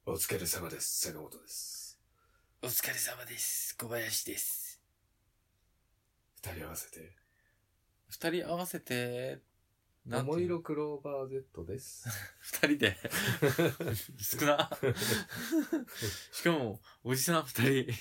お疲れ様です。坂本です。 お疲れ様です。小林です。 二人合わせて。 二人合わせて、 桃色クローバー Z です。 二人で少な。しかも、おじさん二人。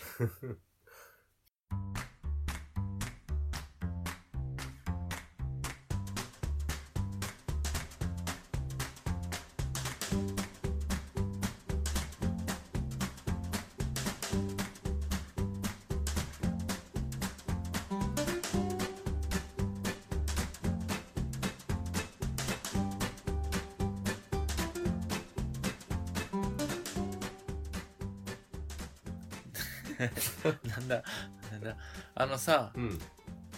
なんだ。さ、 うん。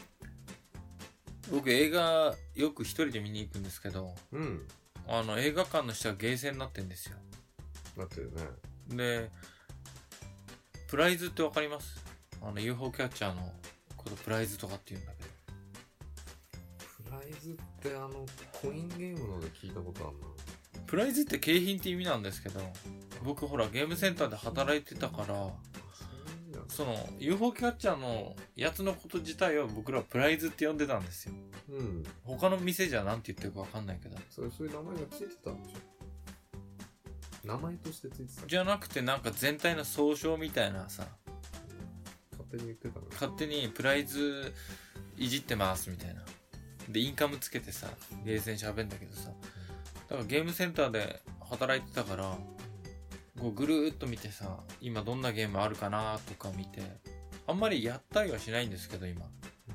僕映画よく一人で見に行くんですけど、 うん。 映画館の下がゲーセンになってんですよ。 なってるね。 で、プライズってわかります？UFO キャッチャーのことプライズとかって言うんだけど。 プライズってコインゲームので聞いたことあるな。 プライズって景品って意味なんですけど、僕ほらゲームセンターで働いてたから、その UFO キャッチャーのやつのこと自体は僕らプライズって呼んでたんですよ。 うん。 他の店じゃなんて言ってるかわかんないけど。 そういう名前がついてたんでしょ。名前としてついてた。 じゃなくてなんか全体の総称みたいなさ、 勝手に言ってたの。 勝手にプライズいじってますみたいな。で、インカムつけてさ、ゲーセン喋んだけどさ、だからゲームセンターで働いてたから、こうぐるーっと見てさ、今どんなゲームあるかなとか見て、あんまりやったりはしないんですけど今。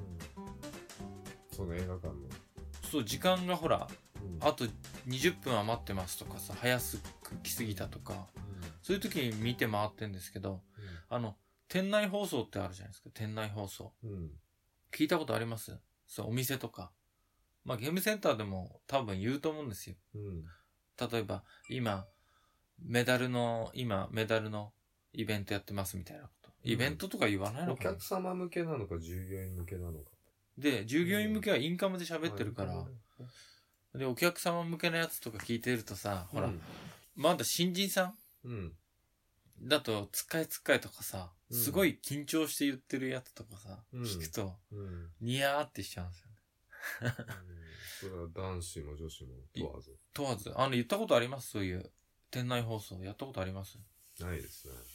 その映画館の。 そう、時間がほら、 うん、 あと20分余ってますとかさ、早く来すぎたとか、そういう時に見て回ってんですけど、店内放送ってあるじゃないですか、店内放送。聞いたことあります？そう、お店とか。まあゲームセンターでも多分言うと思うんですよ。例えば、今、メダルのイベントやってますみたいなこと。イベントとか言わないのかな、 お客様向けなのか従業員向けなのか。 で、従業員向けはインカムで喋ってるから、で、お客様向けのやつとか聞いてるとさ、ほら、まだ新人さんだと、つっかえとかさ、すごい緊張して言ってるやつとかさ、聞くと、ニヤーってしちゃうんですよね。 それは男子も女子も問わず。 問わず。言ったことあります？そういう、店内放送。やったことあります？ ないですね。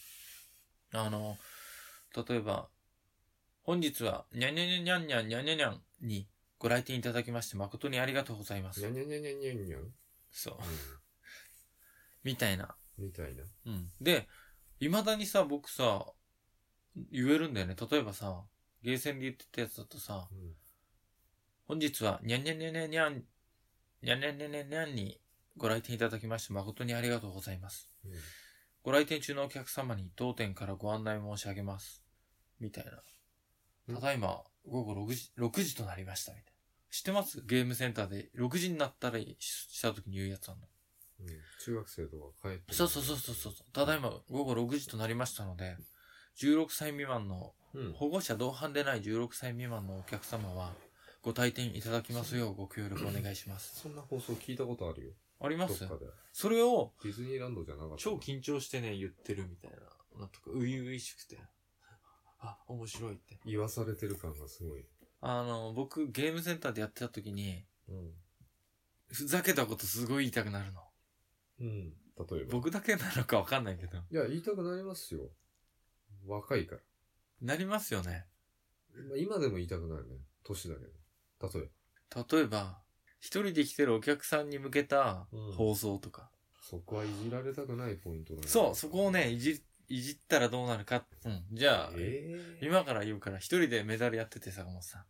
例えば、本日は、にゃにゃにゃにゃんにゃんにゃにゃにゃんにご来店いただきまして誠にありがとうございます。 にゃにゃにゃにゃにゃにゃん。 そう。みたいな。 うん。 で、未だにさ、僕さ、言えるんだよね。例えばさ、ゲーセンで言ってたやつだとさ、本日は、にゃにゃにゃにゃにゃん、にゃにゃにゃにゃにゃんにご来店いただきまして誠にありがとうございます。ご来店中のお客様に当店からご案内申し上げます。みたいな。ただいま午後6時となりましたみたいな。知ってます？ゲームセンターで6時になったらした時に言うやつあんの。 中学生とか帰って。 そう。ただいま午後6時となりましたので、16歳未満の、保護者同伴でない16歳未満のお客様は、ご退店いただきますようご協力お願いします。 そんな放送聞いたことあるよ。 あります？ どっかで。 それを、 ディズニーランドじゃなかった。 超緊張してね、言ってるみたいな。なんとか、初々しくて。あ、面白いって。 言わされてる感がすごい。 僕、ゲームセンターでやってた時に、ふざけたことすごい言いたくなるの。 例えば。 僕だけなのかわかんないけど。 いや、言いたくなりますよ。若いから。 なりますよね。 今でも言いたくなるね。年だけど。 例えば、一人で来てるお客さんに向けた放送とか。 そこはいじられたくないポイントだね。 そう、そこをね、いじったらどうなるか。じゃあ、今から言うから、一人でメダルやってて坂本さん。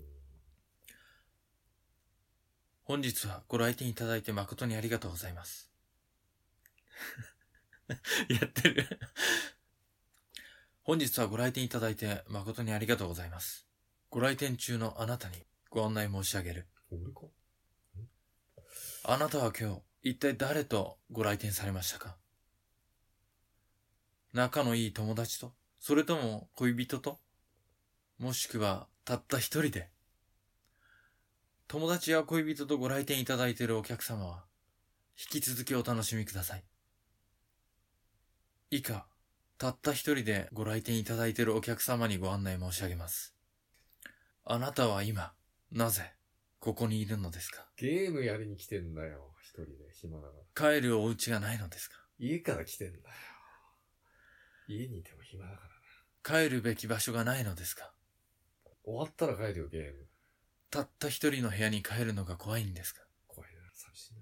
本日はご来店いただいて誠にありがとうございます。やってる。本日はご来店いただいて誠にありがとうございます。ご来店中のあなたにご案内申し上げる。 俺か？ あなたは今日、一体誰とご来店されましたか？仲のいい友達と、それとも恋人と、もしくはたった一人で。友達や恋人とご来店いただいているお客様は、引き続きお楽しみください。 以下、たった一人でご来店いただいているお客様にご案内申し上げます。あなたは今、なぜ、ここにいるのですか？ ゲームやりに来てんだよ。一人で暇だから。 帰るお家がないのですか？ 家から来てんだよ。家にいても暇だからな。帰るべき場所がないのですか？ 終わったら帰るよ、ゲーム。 たった一人の部屋に帰るのが怖いんですか？ 怖いな、寂しいな。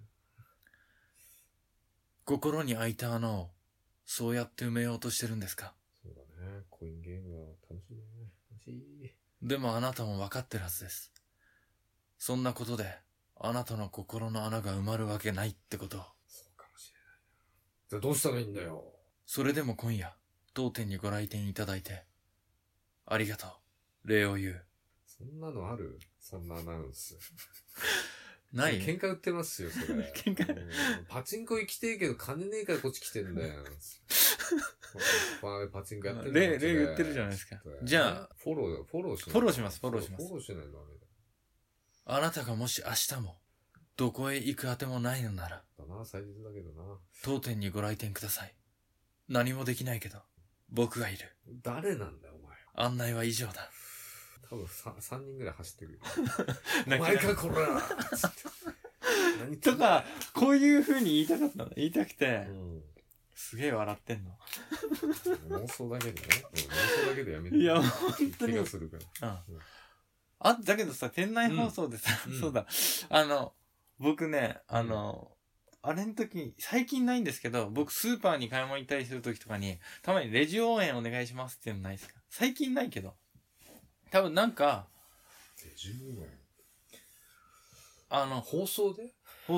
心に開いた穴を、そうやって埋めようとしてるんですか？ そうだね。コインゲームは楽しいね。楽しい。 でもあなたも分かってるはずです。そんなことで、あなたの心の穴が埋まるわけないってこと。 そうかもしれないな。じゃあどうしたらいいんだよ。 それでも今夜、当店にご来店いただいて、ありがとう。礼を言う。 そんなのある？そんなアナウンス。 ない？ 喧嘩売ってますよ、それ。 喧嘩パチンコ行きてえけど金ねえからこっち来てんだよ。パチンコやってる例言ってるじゃないですか。じゃあ、 フォローします。 フォローします。 フォローしないとダメだ。 あなたがもし明日も、どこへ行くあてもないのなら、 だな、祭日だけどな。 当店にご来店ください。何もできないけど、僕がいる。 誰なんだよ、お前。 案内は以上だ。 多分3人ぐらい走ってくる。お前か、こらとか、こういう風に言いたかったの。言いたくて、 うん、 すげえ笑ってんの。 妄想だけでね。妄想だけでやめて。 いや、本当に。 気がするから。 うん。あ、だけどさ、店内放送でさ、そうだ。僕ね、あれの時、最近ないんですけど、僕スーパーに買い物行ったりする時とかに、たまにレジ応援お願いしますっていうのないですか？最近ないけど。多分なんか、 レジ応援放送で。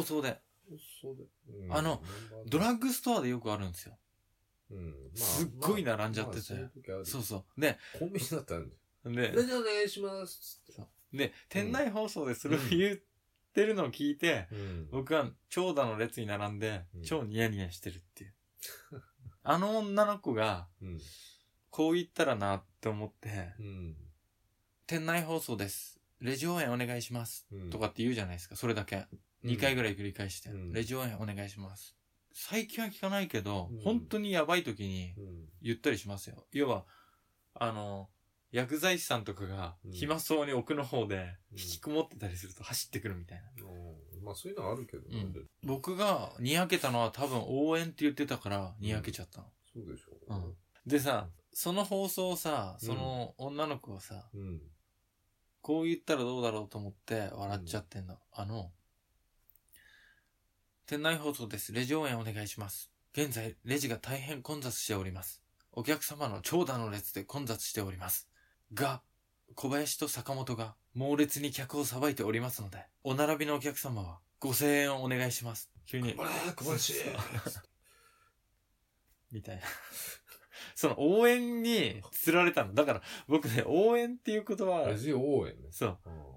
ドラッグストアでよくあるんですよ。 うん。 すっごい並んじゃってて。そうそう。で、 コンビニだったんで。 で、 レジお願いしますって。 で、店内放送でそれを言ってるのを聞いて、僕は長蛇の列に並んで、超ニヤニヤしてるっていう。あの女の子が、こう言ったらなって思って、店内放送です。レジ応援お願いします。とかって言うじゃないですか。それだけ。2回ぐらい繰り返して。レジ応援お願いします。最近は聞かないけど、本当にやばい時に言ったりしますよ。要は、薬剤師さんとかが暇そうに奥の方で引きこもってたりすると走ってくるみたいな。 まあそういうのはあるけど、 僕がにやけたのは多分応援って言ってたからにやけちゃったの。 そうでしょ。 でさ、その放送をさ、その女の子をさ、こう言ったらどうだろうと思って笑っちゃってんの。店内放送です。レジ応援お願いします。現在、レジが大変混雑しております。お客様の長蛇の列で混雑しております。が、小林と坂本が猛烈に客をさばいておりますので、お並びのお客様はご声援をお願いします。急に。 小林みたいな。その応援に釣られたの。だから僕ね、応援っていう言葉。 レジ応援ね。 そう。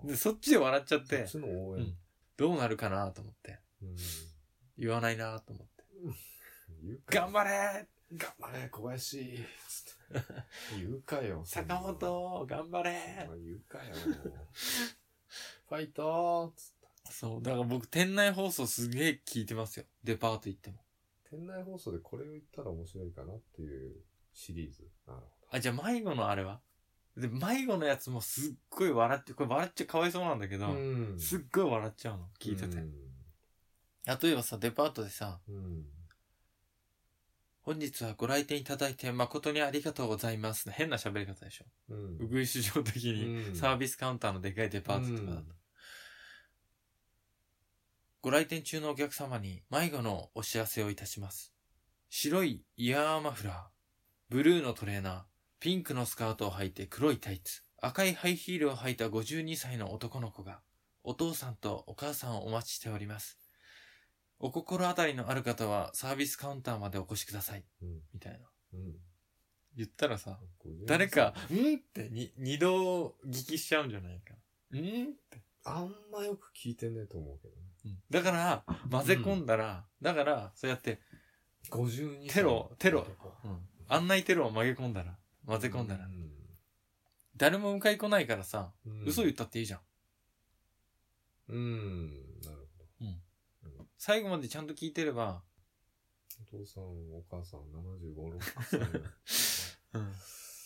で、そっちで笑っちゃって。 そっちの応援。 どうなるかなと思って。言わないなと思って。頑張れ小林つって言うかよ。 坂本頑張れ言うかよ。ファイトつって。 そう。だから僕店内放送すげえ聞いてますよ。デパート行っても。 店内放送でこれを言ったら面白いかなっていうシリーズ。なるほど。 あ、じゃあ迷子のあれは？で、迷子のやつもすっごい笑って、これ笑っちゃかわいそうなんだけど、すっごい笑っちゃうの。聞いてて。例えばさ、デパートでさ、本日はご来店いただいて誠にありがとうございます。変な喋り方でしょ。うぐいす状的に、サービスカウンターのでかいデパートとかだと。ご来店中のお客様に迷子のお知らせをいたします。白いイヤーマフラー、ブルーのトレーナー、ピンクのスカートを履いて黒いタイツ、赤いハイヒールを履いた52歳の男の子が、お父さんとお母さんをお待ちしております。お心当たりのある方はサービスカウンターまでお越しください。みたいな。言ったらさ、誰か、って二度聞きしちゃうんじゃないかな。って。 あんまよく聞いてねえと思うけどね。 だから、混ぜ込んだら、だから、そうやって、 52 テロ、案内テロを混ぜ込んだら、誰も迎え来ないからさ、嘘言ったっていいじゃん。 なるほど。 最後までちゃんと聞いてれば、 お父さん、お母さん、75、6歳。 うん。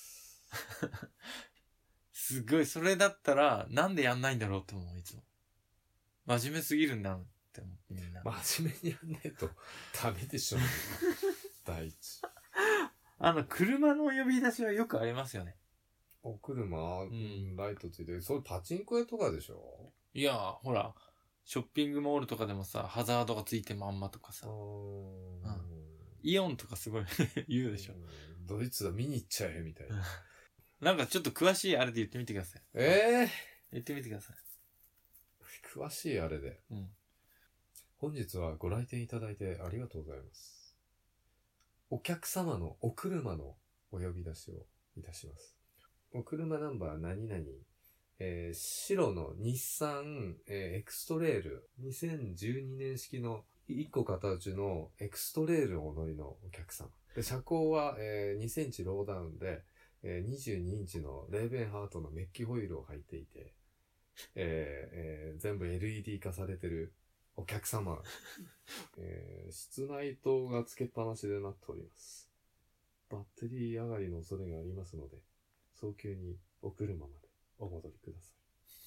すごい、それだったら、なんでやんないんだろうって思う、いつも。真面目すぎるんだって思って、みんな。 真面目にやんないとダメでしょ。第一。 車の呼び出しはよくありますよね。 お車、ライトついてる。それパチンコ屋とかでしょ？ いやー、ほら、ショッピングモールとかでもさ、ハザードがついてまんまとかさ。イオンとかすごい言うでしょ。 ドイツだ、見に行っちゃえ、みたいな。 なんかちょっと詳しいあれで言ってみてください。言ってみてください。 詳しいあれで。本日はご来店いただいてありがとうございます。お客様のお車のお呼び出しをいたします。お車ナンバー何々、白の日産、エクストレール、2012年式の1個形のエクストレールをお乗りのお客様。で車高は、2センチローダウンで、22インチのレーベンハートのメッキホイールを履いていて、全部 LED 化されてるお客様、室内灯がつけっぱなしでなっております。バッテリー上がりの恐れがありますので、早急にお車までお戻りくださ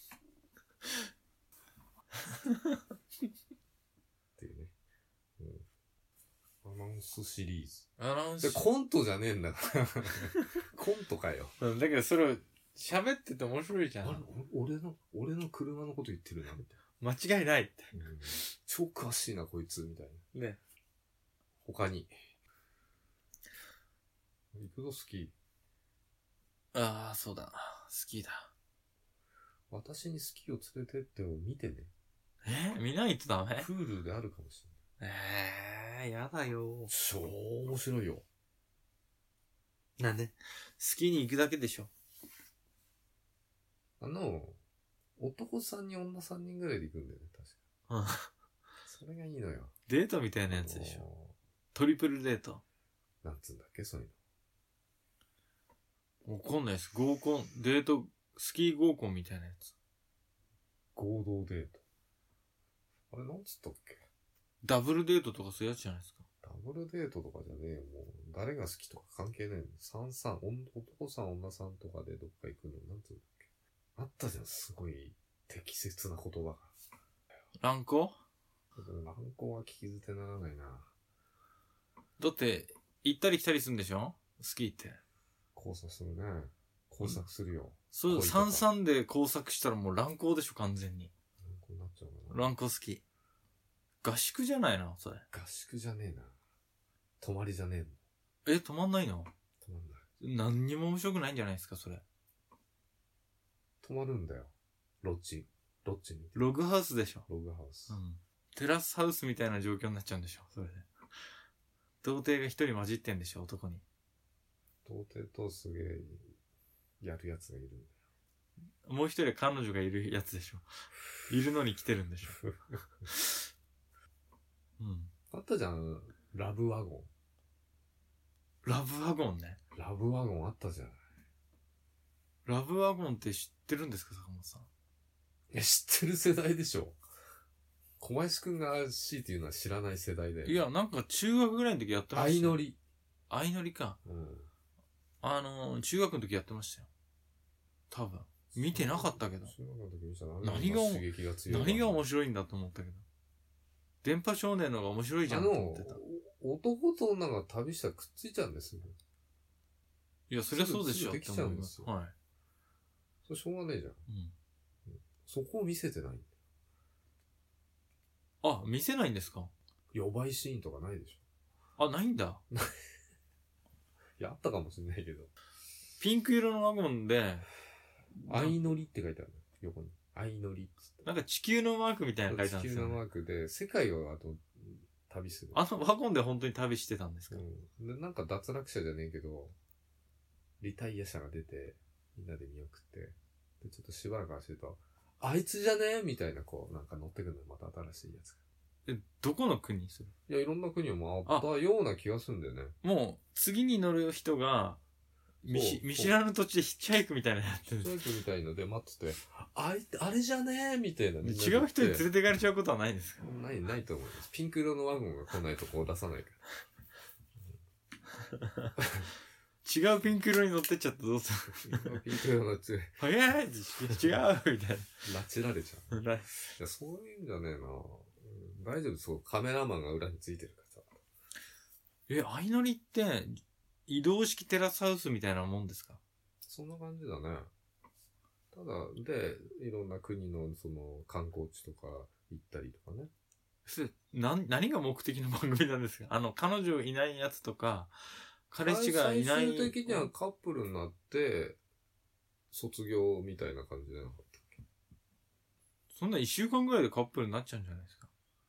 い。っていうね。アナウンスシリーズ。で、コントじゃねえんだから。コントかよ。 だけどそれを喋ってて面白いじゃん。 俺の車のこと言ってるな、みたいな。間違いないって。 超詳しいな、こいつ、みたいな。 ね。 他に。行くの好き。 ああ、そうだな。好きだ。 私に好きを連れてってを見てね。 見ないとダメ？ プールであるかもしれない。やだよ。 超面白いよ。 なんで？好きに行くだけでしょ。 男3人、女3人ぐらいで行くんだよね、確か。それがいいのよ。 デートみたいなやつでしょ。トリプルデート。 なんつうんだっけ、そういうの。わかんないです。合コン、デート、スキー合コンみたいなやつ。 合同デート。あれ、なんつったっけ？ ダブルデートとかそういうやつじゃないですか。 ダブルデートとかじゃねえよ、もう。誰が好きとか関係ないの。男さん、女さんとかでどっか行くの、なんつうんだっけ。あったじゃん、すごい適切な言葉が。 乱行？ 乱行は聞き捨てならないな。 だって、行ったり来たりするんでしょ？スキーって。 交差するね。交錯するよ。 そう、33で交錯したらもう乱行でしょ、完全に。 乱行になっちゃうな。 乱行スキー。合宿じゃないのそれ。 合宿じゃねえな。泊まりじゃねえの？泊まんないの？ 泊まんない。何にも面白くないんじゃないですか、それ。 泊まるんだよ。ロッジに。 ログハウスでしょ。 ログハウス。 テラスハウスみたいな状況になっちゃうんでしょ、それで。童貞が一人混じってんでしょ、男に。 童貞とすげえ、やるやつがいるんだよ。 もう一人彼女がいるやつでしょ。いるのに来てるんでしょ。 あったじゃん、ラブワゴン。 ラブワゴンね。 ラブワゴンあったじゃない。 ラブワゴンって知ってるんですか、坂本さん。 知ってる世代でしょ。小林くんが怪しいっていうのは知らない世代で。 いや、なんか中学ぐらいの時やってましたよ。相乗りか。中学の時やってましたよ。多分。見てなかったけど。 中学の時見た何が面白いんだと思ったけど。電波少年の方が面白いじゃんと思ってた。 男と女が旅したらくっついちゃうんですよ。 いや、そりゃそうでしょ。 できちゃうんですよ。 はい。 それしょうがねえじゃん。そこを見せてない。 あ、見せないんですか？ 予売シーンとかないでしょ。あ、ないんだ。 いや、あったかもしれないけど。 ピンク色のワゴンで、 相乗りって書いてある。横に。相乗りっつって。 なんか地球のマークみたいなの書いてあるんですよ、 地球のマークで、世界を旅する。 ワゴンで本当に旅してたんですか？ で、なんか脱落者じゃねえけど、リタイア者が出て、みんなで見送って、で、ちょっとしばらく走ると、あいつじゃねみたいな、なんか乗ってくるのまた新しいやつが。 どこの国それ？ いや、いろんな国を回ったような気がするんだよね。 もう、次に乗る人が、 見知らぬ土地でヒッチハイクみたいなのやってる。 ヒッチハイクみたいので待ってて、あれじゃねえみたいな。 違う人に連れて行かれちゃうことはないんですか？ ないと思います。ピンク色のワゴンが来ないとこう出さないから。 違うピンク色に乗ってっちゃってどうする？ピンク色の早い違うみたいな。 拉致られちゃう。いや、そういうんじゃねえな。大丈夫、そう、カメラマンが裏についてるからさ。 相乗りって、移動式テラスハウスみたいなもんですか？ そんな感じだね。ただ、で、いろんな国のその観光地とか行ったりとかね。 何が目的の番組なんですか？彼女いないやつとか、彼氏がいない。 最終的にはカップルになって、卒業みたいな感じじゃなかったっけ？ そんな1週間ぐらいでカップルになっちゃうんじゃないですか？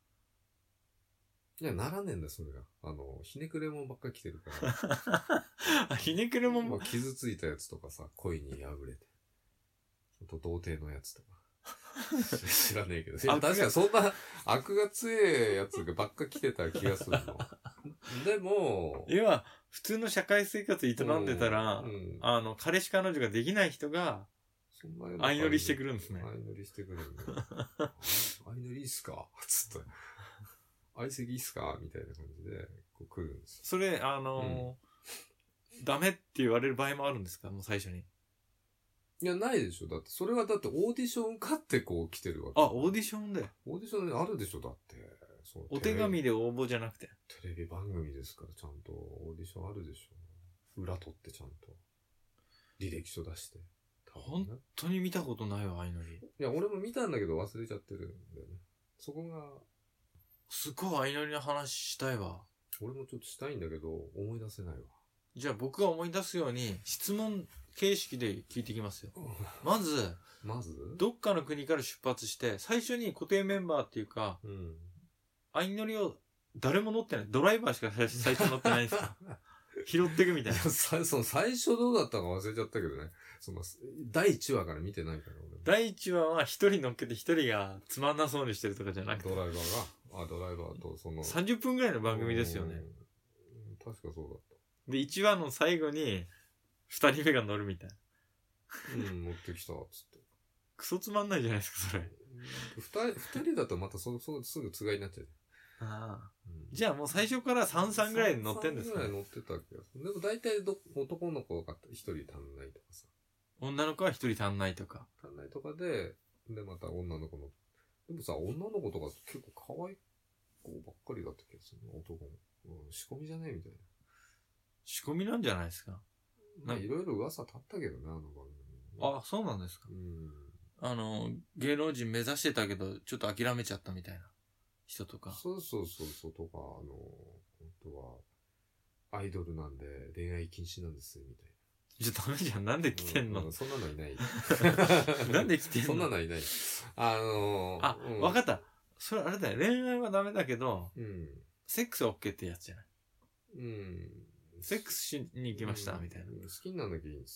いや、ならねえんだ、それが。ひねくれもんばっかり来てるから。ひねくれもん傷ついたやつとかさ、恋に破れて。童貞のやつとか。知らねえけど。確かにそんな悪が強いやつがばっか来てた気がするの。でも、 要は、普通の社会生活営んでたら、彼氏彼女ができない人が、相乗りしてくるんですね。 相乗りしてくるんだ。相乗りいいっすかつって。相席いいっすかみたいな感じで、こう来るんですよ。 それ、ダメって言われる場合もあるんですか？もう最初に。 いや、ないでしょ。だって、それはだってオーディション勝ってこう来てるわけ。 オーディションで。 オーディションであるでしょ、だって。 お手紙で応募じゃなくて。 テレビ番組ですから、ちゃんとオーディションあるでしょ。裏取ってちゃんと。履歴書出して。 本当に見たことないわ、相乗り。 いや、俺も見たんだけど忘れちゃってるんだよね。そこが。 すごい相乗りの話したいわ。 俺もちょっとしたいんだけど、思い出せないわ。 じゃあ僕が思い出すように、質問形式で聞いてきますよ。まず、どっかの国から出発して、最初に固定メンバーっていうか、相乗りを誰も乗ってない。ドライバーしか最初乗ってないんですか？拾っていくみたいな。 最初どうだったか忘れちゃったけどね。第1話から見てないから俺。 第1話は一人乗っけて一人がつまんなそうにしてるとかじゃなくて。 ドライバーと 30分ぐらいの番組ですよね。 確かそうだった。 で、1話の最後に、2人目が乗るみたいな。 乗ってきた、つって。 クソつまんないじゃないですか、それ。 二人だとまたすぐつがいになっちゃう。 じゃあもう最初から3ぐらいで乗ってんですか？ 3ぐらい乗ってた気がする。でも大体男の子が1人足んないとかさ。 女の子は1人足んないとか。 足んないとかで、また女の子の。でもさ、女の子とか結構可愛い子ばっかりだった気がする。男の。仕込みじゃねえみたいな。 仕込みなんじゃないですか？ いろいろ噂立ったけどね、番組。 あ、そうなんですか？芸能人目指してたけど、ちょっと諦めちゃったみたいな人とか。 そうとか、本当は、アイドルなんで恋愛禁止なんです、みたいな。 じゃダメじゃん。なんで来てんの？ そんなのいない。 なんで来てんの？ そんなのいない。 わかった。それあれだよ。恋愛はダメだけど、セックスは OK ってやつじゃない。セックスしに行きました、みたいな。 好きになんなきゃいいんです。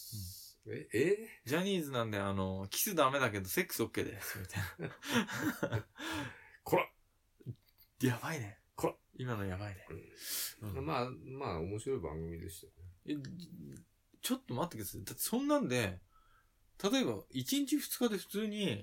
ジャニーズなんで、キスダメだけど、セックス OK です、みたいな。 こらやばいね。今のやばいね。 まあ、面白い番組でしたよね。 ちょっと待ってください。だってそんなんで、例えば、1日2日で普通に、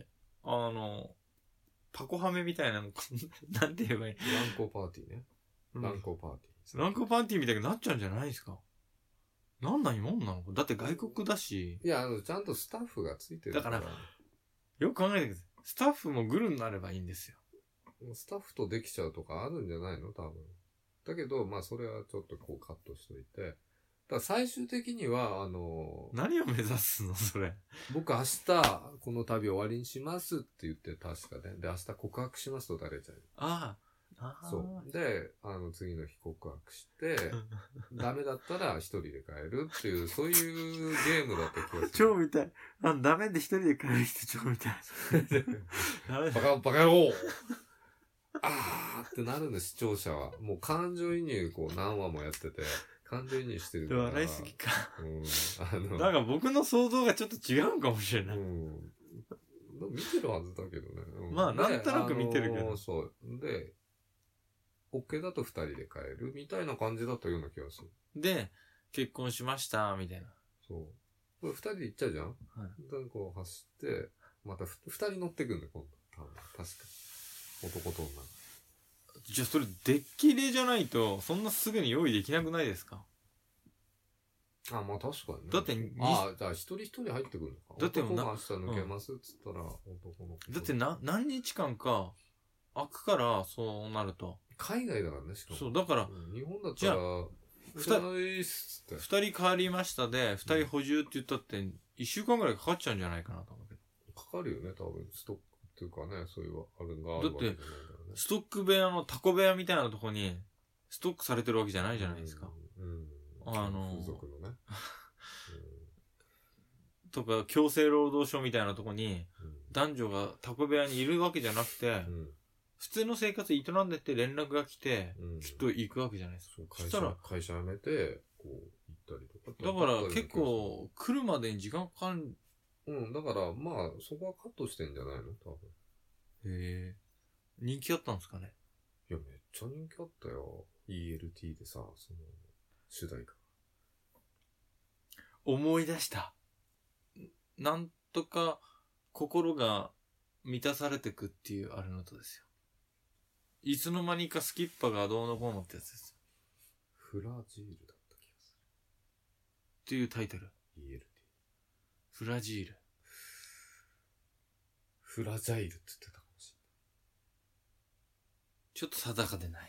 パコハメみたいなの、なんて言えばいい？ 乱交パーティーね。乱交パーティー。 乱交パーティーみたいになっちゃうんじゃないですか？なんないもんなの？だって外国だし。 いや、ちゃんとスタッフがついてるから。 だから、よく考えてください。スタッフもグルになればいいんですよ。 スタッフとできちゃうとかあるんじゃないの？多分。だけど、まあそれはちょっとこうカットしといて。だから最終的には、 何を目指すのそれ。 僕明日、この旅終わりにしますって言って確かね。で、明日告白しますと誰ちゃう。そう。で、次の日告白して、ダメだったら一人で帰るっていう、そういうゲームだった気がする。 超みたい。ダメで一人で帰る人超みたい。 バカ野郎あーってなるんです、視聴者は。もう感情移入何話もやってて、感情移入してるから。 笑いすぎか。なんか僕の想像がちょっと違うかもしれない。 見てるはずだけどね。 まあ、なんとなく見てるけど。 そう。で、OK だと二人で帰るみたいな感じだったような気がする。 で、結婚しました、みたいな。 そう。これ2人で行っちゃうじゃん。 はい。 で、こう走って、また2人乗ってくんだよ、今度。多分、確か。男と女。 じゃあそれ、デッキ入れじゃないと、そんなすぐに用意できなくないですか？ あ、まあ確かにね。 だって、 ああ、じゃあ一人一人入ってくるのか。 だって男が明日抜けますっつったら、男の子。 だって何日間か空くから、そうなると。 海外だからね、しかも。 そう、だから、 日本だったら、 二人帰りましたで、二人補充って言ったって、一週間ぐらいかかっちゃうんじゃないかなと思うけど。 かかるよね、多分。ストックっていうかね、そういうあるのがあるわけじゃないからね。 ストック部屋のタコ部屋みたいなとこに、ストックされてるわけじゃないじゃないですか。 風俗のね。 とか、強制労働省みたいなとこに、男女がタコ部屋にいるわけじゃなくて、普通の生活営んでって連絡が来て、きっと行くわけじゃないですか。そしたら、 会社辞めて、こう、行ったりとか。 だから結構、来るまでに時間かかる。 だからまあ、そこはカットしてんじゃないの多分。 へえ。人気あったんですかね？ いや、めっちゃ人気あったよ。ELT でさ、その、主題歌。 思い出した。なんとか、心が満たされてくっていうあれのとですよ。いつの間にかスキッパがどうのこうのってやつです。 フラジールだった気がする。 っていうタイトル。 ELT。 フラジール。 フラジャイルって言ってたかもしれない。 ちょっと定かでない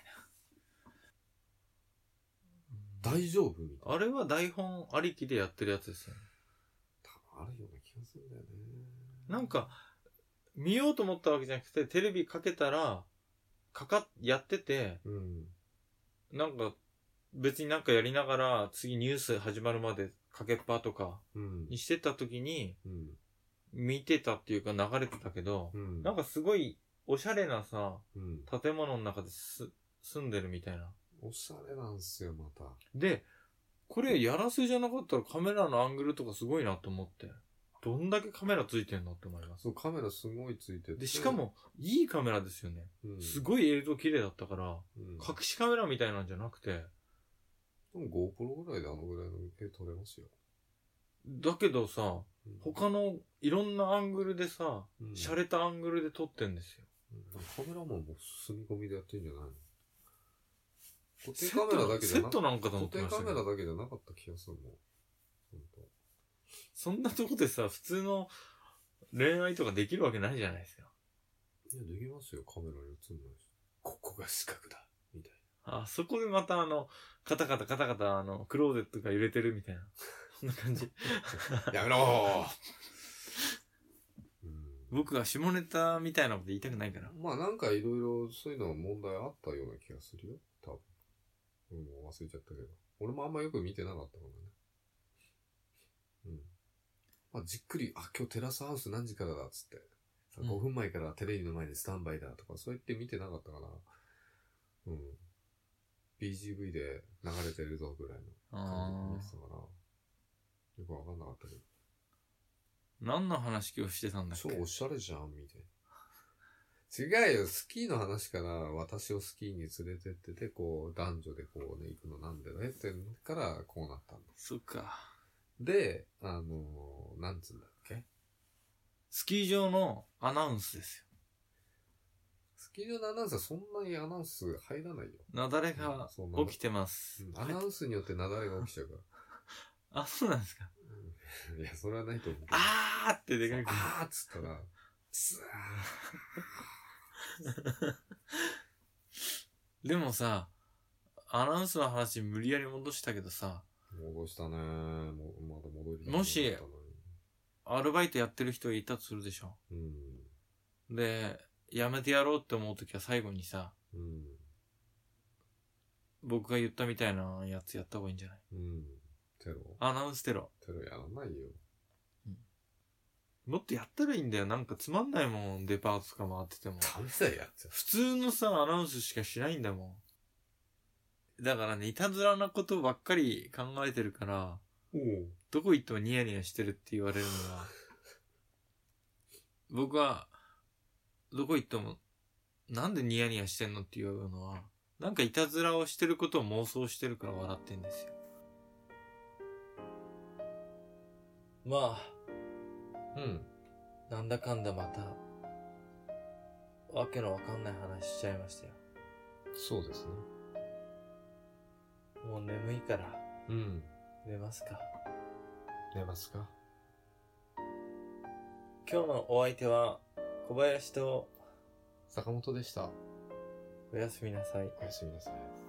な。大丈夫みたいな。 あれは台本ありきでやってるやつですよね。 多分あるような気がするんだよね。 なんか、見ようと思ったわけじゃなくて、テレビかけたら、やってて、なんか、別になんかやりながら、次ニュース始まるまでかけっぱとか、にしてた時に、見てたっていうか流れてたけど、なんかすごい、おしゃれなさ、建物の中で住んでるみたいな。 おしゃれなんすよ、また。 で、これやらせじゃなかったらカメラのアングルとかすごいなと思って。どんだけカメラついてんのって思います。 そう、カメラすごいついてて。 で、しかも、いいカメラですよね。すごい映像綺麗だったから、隠しカメラみたいなんじゃなくて。 でも GoPro ぐらいであのぐらいの絵撮れますよ。 だけどさ、他のいろんなアングルでさ、洒落たアングルで撮ってんですよ。 カメラマンも住み込みでやってんじゃないの？固定カメラだけじゃなセットなんかと思ってました固定カメラだけじゃなかった気がするもん。 そんなとこでさ、普通の恋愛とかできるわけないじゃないですか。 いや、できますよ、カメラに映んないし。ここが四角だ、みたいな。あ、そこでまたカタカタクローゼットが揺れてるみたいな。そんな感じ。 やめろ僕は下ネタみたいなこと言いたくないから。 まあなんかいろいろそういうの問題あったような気がするよ、多分。もう忘れちゃったけど。俺もあんまよく見てなかったからね。まあ、じっくり、今日テラスハウス何時からだっつって。5分前からテレビの前でスタンバイだとか、そう言って見てなかったかな。BGV で流れてるぞぐらいの感じで見てたから、よくわかんなかったけど。 何の話今日してたんだっけ？ 超おしゃれじゃん、みたいな。違うよ、スキーの話から私をスキーに連れてってて、こう、男女でこうね、行くのなんでねってからこうなったんだ。 そっか。 で、なんつうんだっけ？ スキー場のアナウンスですよ。 スキー場のアナウンスはそんなにアナウンス入らないよ。 雪崩が起きてます。 アナウンスによって雪崩が起きちゃうから。 あ、そうなんですか。 いや、それはないと思う。 あーってでかく。 あーっつったら、ツー。でもさ、アナウンスの話無理やり戻したけどさ。 戻したね。まだ戻りもし、アルバイトやってる人いたとするでしょ。で、やめてやろうって思うときは最後にさ、僕が言ったみたいなやつやった方がいいんじゃない？ テロ？ アナウンステロ。 テロやらないよ。 もっとやったらいいんだよ。なんかつまんないもん、デパートとか回ってても。 ダメだよ、やつ。 普通のさ、アナウンスしかしないんだもん。だからね、いたずらなことばっかり考えてるから、どこ行ってもニヤニヤしてるって言われるのは、僕は、どこ行っても、なんでニヤニヤしてんのって言うのは、なんかいたずらをしてることを妄想してるから笑ってんですよ。 まうん。 あ、なんだかんだまた、わけのわかんない話しちゃいましたよ。 そうですね。 もう眠いから、 うん。 寝ますか。 寝ますか。 今日のお相手は、小林と、 坂本でした。 おやすみなさい。 おやすみなさい。